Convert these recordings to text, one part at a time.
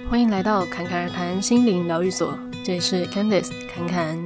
欢迎来到侃侃而谈心灵疗愈所，这里是 Candice 侃侃。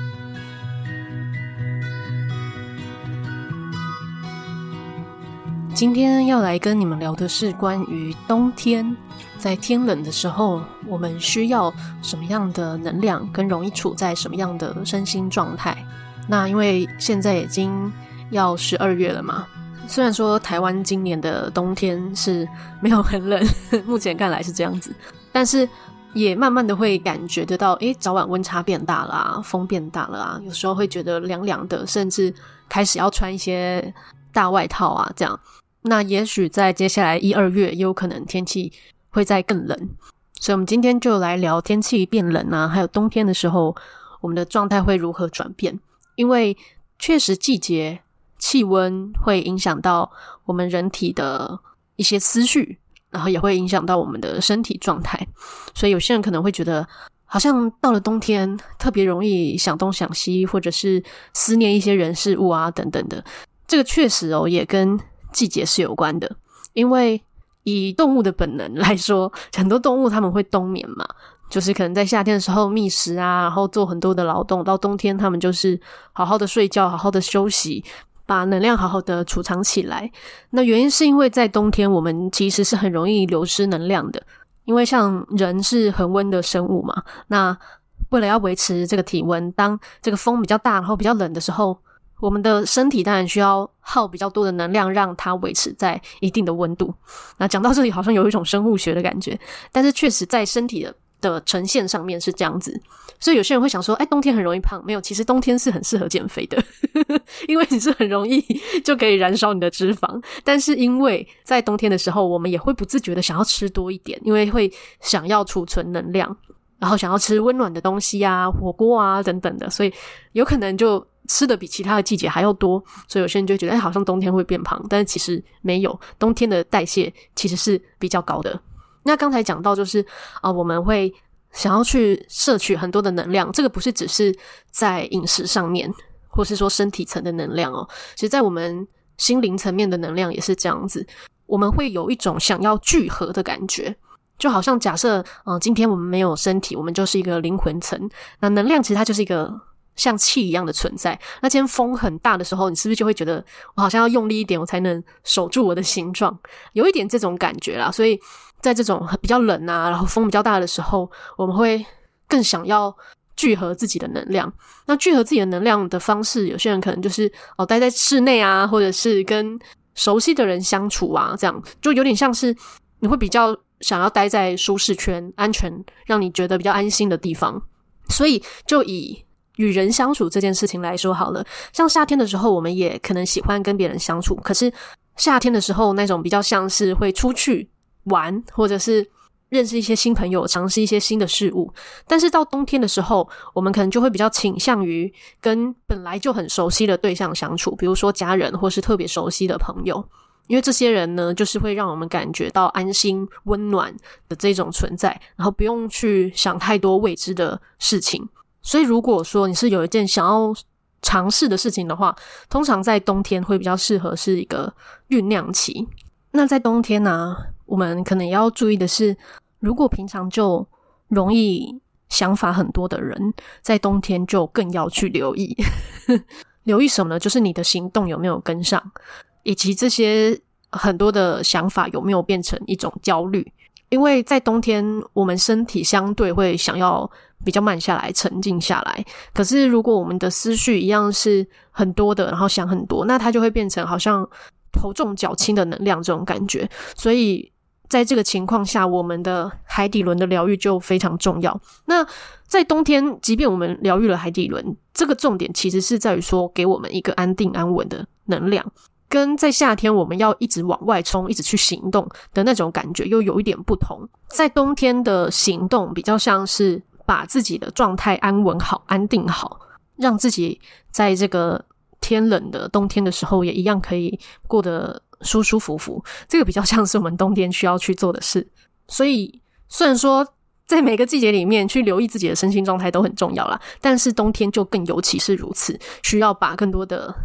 今天要来跟你们聊的是关于冬天，在天冷的时候我们需要什么样的能量，跟容易处在什么样的身心状态。那因为现在已经要12月了嘛，虽然说台湾今年的冬天是没有很冷，目前看来是这样子，但是也慢慢的会感觉得到早晚温差变大了啊，风变大了啊，有时候会觉得凉凉的，甚至开始要穿一些大外套啊这样。那也许在接下来1、2月也有可能天气会再更冷，所以我们今天就来聊天气变冷啊，还有冬天的时候我们的状态会如何转变。因为确实季节气温会影响到我们人体的一些思绪，然后也会影响到我们的身体状态，所以有些人可能会觉得好像到了冬天特别容易想东想西，或者是思念一些人事物啊等等的。这个确实也跟季节是有关的，因为以动物的本能来说，很多动物他们会冬眠嘛，就是可能在夏天的时候觅食啊，然后做很多的劳动，到冬天他们就是好好的睡觉，好好的休息，把能量好好的储藏起来。那原因是因为在冬天我们其实是很容易流失能量的，因为像人是恒温的生物嘛，那为了要维持这个体温，当这个风比较大然后比较冷的时候，我们的身体当然需要耗比较多的能量让它维持在一定的温度。那讲到这里好像有一種生物學的感覺，但是确实在身体的呈现上面是这样子。所以有些人会想说冬天很容易胖，没有，其实冬天是很适合减肥的因为你是很容易就可以燃烧你的脂肪，但是因为在冬天的时候我们也会不自觉的想要吃多一点，因为会想要储存能量，然后想要吃温暖的东西啊，火锅啊等等的，所以有可能就吃的比其他的季节还要多，所以有些人就觉得好像冬天会变胖，但是其实没有，冬天的代谢其实是比较高的。那刚才讲到就是我们会想要去摄取很多的能量，这个不是只是在饮食上面，或是说身体层的能量其实在我们心灵层面的能量也是这样子，我们会有一种想要聚合的感觉，就好像假设今天我们没有身体，我们就是一个灵魂层，那能量其实它就是一个像气一样的存在。那今天风很大的时候，你是不是就会觉得我好像要用力一点我才能守住我的形状，有一点这种感觉啦。所以在这种比较冷啊，然后风比较大的时候，我们会更想要聚合自己的能量。那聚合自己的能量的方式，有些人可能就是待在室内啊，或者是跟熟悉的人相处啊，这样就有点像是你会比较想要待在舒适圈，安全，让你觉得比较安心的地方。所以就以与人相处这件事情来说好了，像夏天的时候我们也可能喜欢跟别人相处，可是夏天的时候那种比较像是会出去玩，或者是认识一些新朋友，尝试一些新的事物。但是到冬天的时候，我们可能就会比较倾向于跟本来就很熟悉的对象相处，比如说家人或是特别熟悉的朋友，因为这些人呢就是会让我们感觉到安心温暖的这种存在，然后不用去想太多未知的事情。所以如果说你是有一件想要尝试的事情的话，通常在冬天会比较适合是一个酝酿期。那在冬天啊，我们可能也要注意的是，如果平常就容易想法很多的人，在冬天就更要去留意留意什么呢？就是你的行动有没有跟上，以及这些很多的想法有没有变成一种焦虑。因为在冬天我们身体相对会想要比较慢下来，沉静下来，可是如果我们的思绪一样是很多的，然后想很多，那它就会变成好像头重脚轻的能量这种感觉。所以在这个情况下，我们的海底轮的疗愈就非常重要。那在冬天即便我们疗愈了海底轮，这个重点其实是在于说给我们一个安定安稳的能量，跟在夏天我们要一直往外冲，一直去行动的那种感觉又有一点不同。在冬天的行动比较像是把自己的状态安稳好，安定好，让自己在这个天冷的冬天的时候也一样可以过得舒舒服服，这个比较像是我们冬天需要去做的事。所以虽然说在每个季节里面去留意自己的身心状态都很重要啦，但是冬天就更尤其是如此，需要把更多的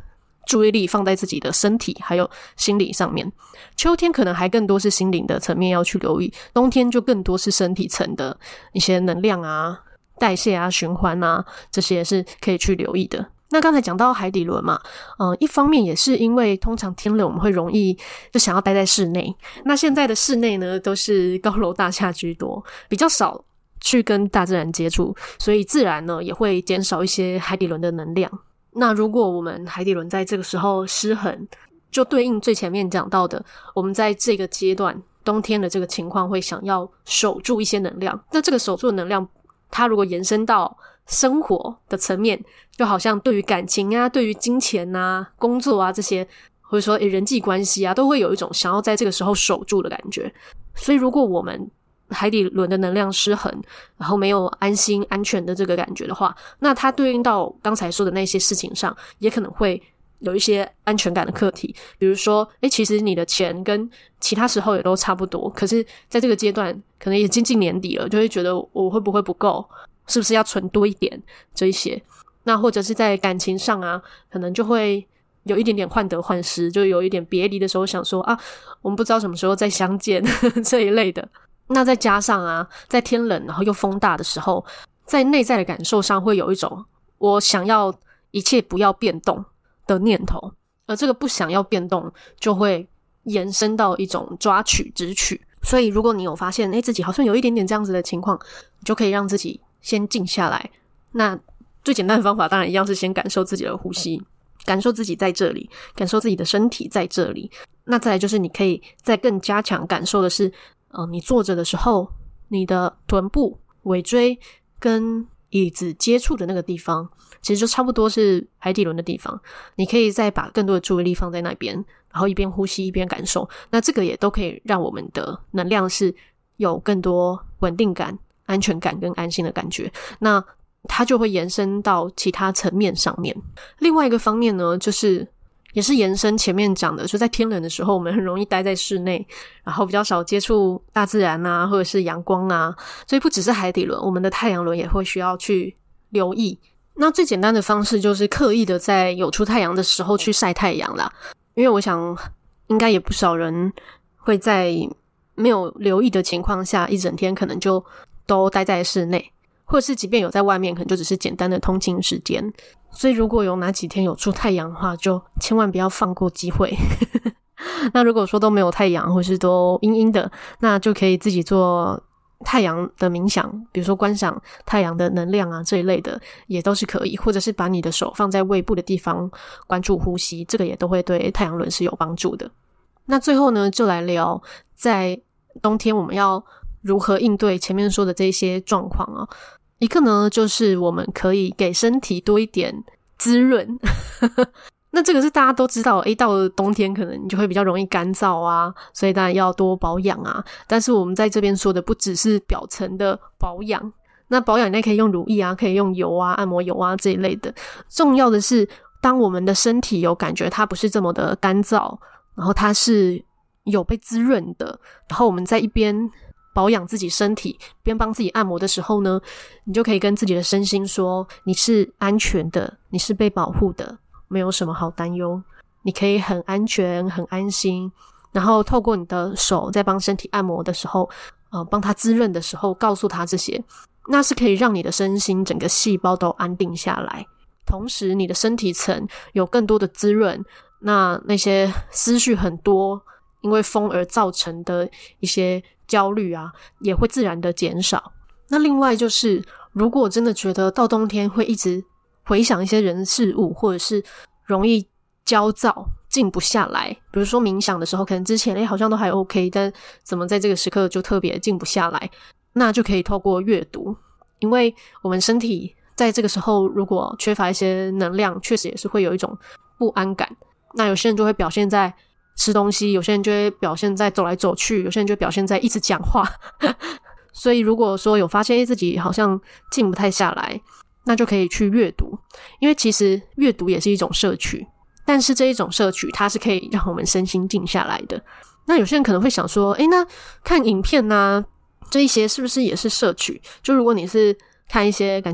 注意力放在自己的身体还有心理上面。秋天可能还更多是心灵的层面要去留意，冬天就更多是身体层的一些能量啊、代谢啊、循环啊，这些是可以去留意的。那刚才讲到海底轮嘛，一方面也是因为通常天冷我们会容易就想要待在室内，那现在的室内呢都是高楼大厦居多，比较少去跟大自然接触，所以自然呢也会减少一些海底轮的能量。那如果我们海底轮在这个时候失衡，就对应最前面讲到的，我们在这个阶段冬天的这个情况会想要守住一些能量，那这个守住的能量它如果延伸到生活的层面，就好像对于感情啊、对于金钱啊、工作啊这些，或者说人际关系啊，都会有一种想要在这个时候守住的感觉。所以如果我们海底轮的能量失衡，然后没有安心安全的这个感觉的话，那它对应到刚才说的那些事情上也可能会有一些安全感的课题。比如说其实你的钱跟其他时候也都差不多，可是在这个阶段可能也接近年底了，就会觉得我会不会不够，是不是要存多一点这一些。那或者是在感情上啊，可能就会有一点点患得患失，就有一点别离的时候想说啊，我们不知道什么时候再相见这一类的。那再加上啊，在天冷然后又风大的时候，在内在的感受上会有一种我想要一切不要变动的念头，而这个不想要变动就会延伸到一种抓取直取。所以如果你有发现自己好像有一点点这样子的情况，你就可以让自己先静下来。那最简单的方法当然一样是先感受自己的呼吸，感受自己在这里，感受自己的身体在这里。那再来就是你可以再更加强感受的是你坐着的时候，你的臀部、尾椎跟椅子接触的那个地方，其实就差不多是海底轮的地方。你可以再把更多的注意力放在那边，然后一边呼吸一边感受。那这个也都可以让我们的能量是有更多稳定感、安全感跟安心的感觉。那它就会延伸到其他层面上面。另外一个方面呢，就是也是延伸前面讲的，就在天冷的时候我们很容易待在室内，然后比较少接触大自然啊，或者是阳光啊，所以不只是海底轮，我们的太阳轮也会需要去留意。那最简单的方式就是刻意的在有出太阳的时候去晒太阳啦，因为我想应该也不少人会在没有留意的情况下一整天可能就都待在室内，或者是即便有在外面可能就只是简单的通勤时间。所以如果有哪几天有出太阳的话，就千万不要放过机会那如果说都没有太阳或是都阴阴的，那就可以自己做太阳的冥想，比如说观赏太阳的能量啊这一类的也都是可以，或者是把你的手放在胃部的地方关注呼吸，这个也都会对太阳轮是有帮助的。那最后呢，就来聊在冬天我们要如何应对前面说的这些状况啊。一个呢，就是我们可以给身体多一点滋润那这个是大家都知道到了冬天可能你就会比较容易干燥啊，所以当然要多保养啊。但是我们在这边说的不只是表层的保养，那保养你可以用乳液啊，可以用油啊、按摩油啊这一类的。重要的是当我们的身体有感觉它不是这么的干燥，然后它是有被滋润的，然后我们在一边保养自己身体边帮自己按摩的时候呢，你就可以跟自己的身心说你是安全的，你是被保护的，没有什么好担忧，你可以很安全很安心。然后透过你的手在帮身体按摩的时候帮它滋润的时候告诉它这些，那是可以让你的身心整个细胞都安定下来，同时你的身体层有更多的滋润，那些思绪很多因为风而造成的一些焦虑啊也会自然的减少。那另外就是如果真的觉得到冬天会一直回想一些人事物，或者是容易焦躁静不下来，比如说冥想的时候可能之前好像都还 OK， 但怎么在这个时刻就特别静不下来，那就可以透过阅读。因为我们身体在这个时候如果缺乏一些能量，确实也是会有一种不安感。那有些人就会表现在吃东西，有些人就会表现在走来走去，有些人就会表现在一直讲话所以如果说有发现自己好像静不太下来，那就可以去阅读。因为其实阅读也是一种摄取，但是这一种摄取它是可以让我们身心静下来的。那有些人可能会想说那看影片啊这一些是不是也是摄取？就如果你是看一些感觉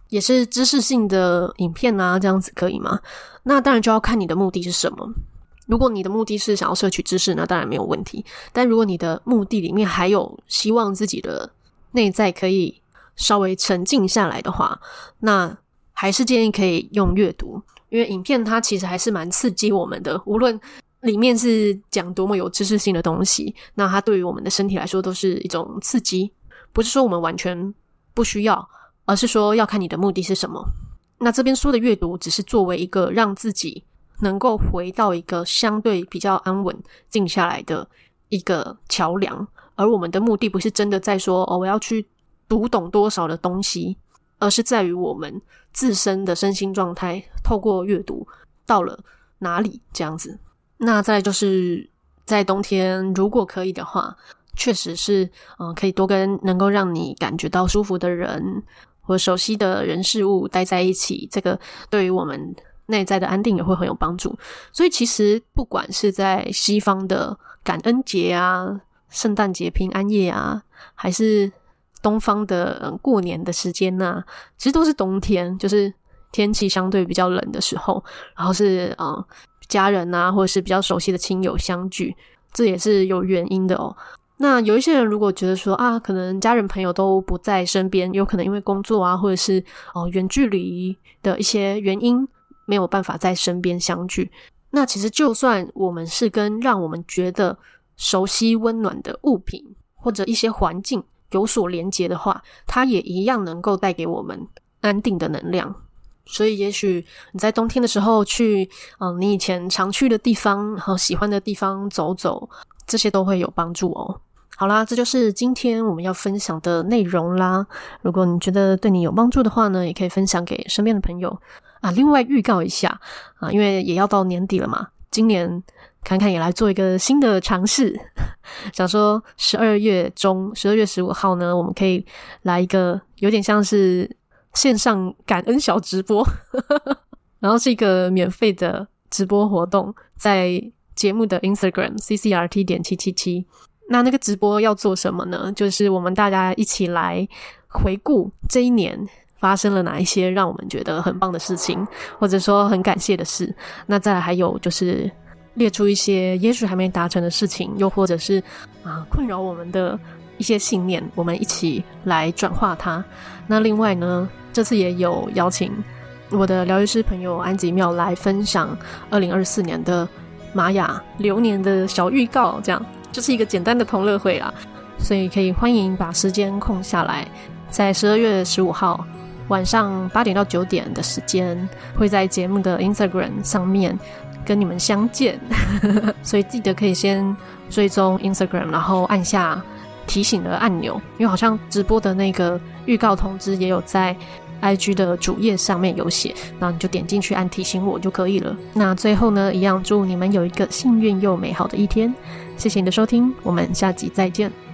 也是知识性的影片啊，这样子可以吗？那当然就要看你的目的是什么。如果你的目的是想要摄取知识，那当然没有问题。但如果你的目的里面还有希望自己的内在可以稍微沉静下来的话，那还是建议可以用阅读。因为影片它其实还是蛮刺激我们的，无论里面是讲多么有知识性的东西，那它对于我们的身体来说都是一种刺激。不是说我们完全不需要，而是说要看你的目的是什么。那这边说的阅读只是作为一个让自己能够回到一个相对比较安稳静下来的一个桥梁，而我们的目的不是真的在说我要去读懂多少的东西，而是在于我们自身的身心状态透过阅读到了哪里这样子。那再来就是在冬天如果可以的话，确实是可以多跟能够让你感觉到舒服的人或熟悉的人事物待在一起，这个对于我们内在的安定也会很有帮助。所以其实不管是在西方的感恩节啊、圣诞节、平安夜啊，还是东方的过年的时间啊，其实都是冬天，就是天气相对比较冷的时候，然后是家人啊或者是比较熟悉的亲友相聚，这也是有原因的哦。那有一些人如果觉得说可能家人朋友都不在身边，有可能因为工作啊或者是远距离的一些原因没有办法在身边相聚，那其实就算我们是跟让我们觉得熟悉温暖的物品或者一些环境有所连结的话，它也一样能够带给我们安定的能量。所以也许你在冬天的时候去你以前常去的地方和喜欢的地方走走，这些都会有帮助哦。好啦，这就是今天我们要分享的内容啦。如果你觉得对你有帮助的话呢，也可以分享给身边的朋友另外预告一下因为也要到年底了嘛，今年看看也来做一个新的尝试想说12月中12月15号呢，我们可以来一个有点像是线上感恩小直播然后是一个免费的直播活动，在节目的 Instagram ccrt.777。 那个直播要做什么呢？就是我们大家一起来回顾这一年发生了哪一些让我们觉得很棒的事情，或者说很感谢的事。那再来还有就是列出一些也许还没达成的事情，又或者是困扰我们的一些信念，我们一起来转化它。那另外呢，这次也有邀请我的疗愈师朋友安吉妙来分享2024年的玛雅流年的小预告，这样就是一个简单的同乐会啦。所以可以欢迎把时间空下来，在12月15号晚上8点到9点的时间，会在节目的 Instagram 上面跟你们相见所以记得可以先追踪 Instagram， 然后按下提醒的按钮，因为好像直播的那个预告通知也有在 IG 的主页上面有写，那你就点进去按提醒我就可以了。那最后呢，一样祝你们有一个幸运又美好的一天。谢谢你的收听，我们下集再见。